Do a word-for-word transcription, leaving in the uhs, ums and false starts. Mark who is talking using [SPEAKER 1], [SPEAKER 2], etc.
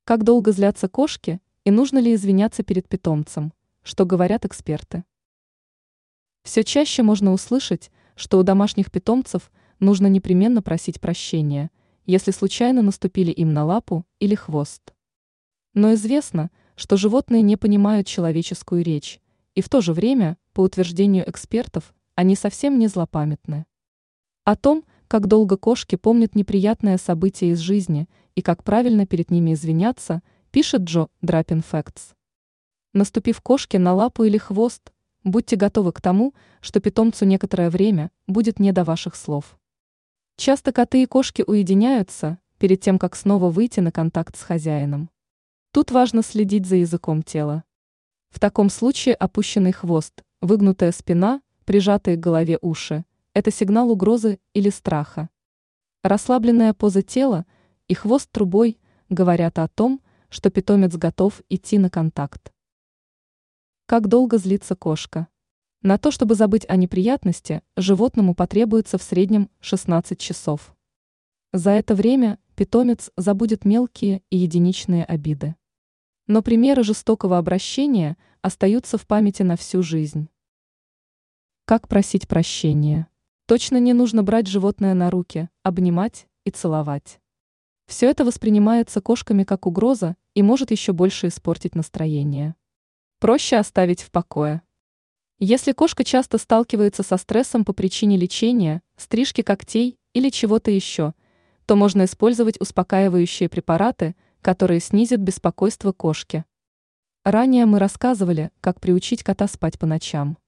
[SPEAKER 1] Как долго злятся кошки и нужно ли извиняться перед питомцем? Что говорят эксперты? Все чаще можно услышать, что у домашних питомцев нужно непременно просить прощения, если случайно наступили им на лапу или хвост. Но известно, что животные не понимают человеческую речь, и в то же время, по утверждению экспертов, они совсем не злопамятны. О том, как долго кошки помнят неприятное событие из жизни и как правильно перед ними извиняться, пишет Джо Драпин Фэктс. Наступив кошке на лапу или хвост, будьте готовы к тому, что питомцу некоторое время будет не до ваших слов. Часто коты и кошки уединяются перед тем, как снова выйти на контакт с хозяином. Тут важно следить за языком тела. В таком случае опущенный хвост, выгнутая спина, прижатые к голове уши – это сигнал угрозы или страха. Расслабленная поза тела и хвост трубой говорят о том, что питомец готов идти на контакт. Как долго злится кошка? На то, чтобы забыть о неприятности, животному потребуется в среднем шестнадцать часов. За это время питомец забудет мелкие и единичные обиды. Но примеры жестокого обращения остаются в памяти на всю жизнь. Как просить прощения? Точно не нужно брать животное на руки, обнимать и целовать. Все это воспринимается кошками как угроза и может еще больше испортить настроение. Проще оставить в покое. Если кошка часто сталкивается со стрессом по причине лечения, стрижки когтей или чего-то еще, то можно использовать успокаивающие препараты, которые снизят беспокойство кошки. Ранее мы рассказывали, как приучить кота спать по ночам.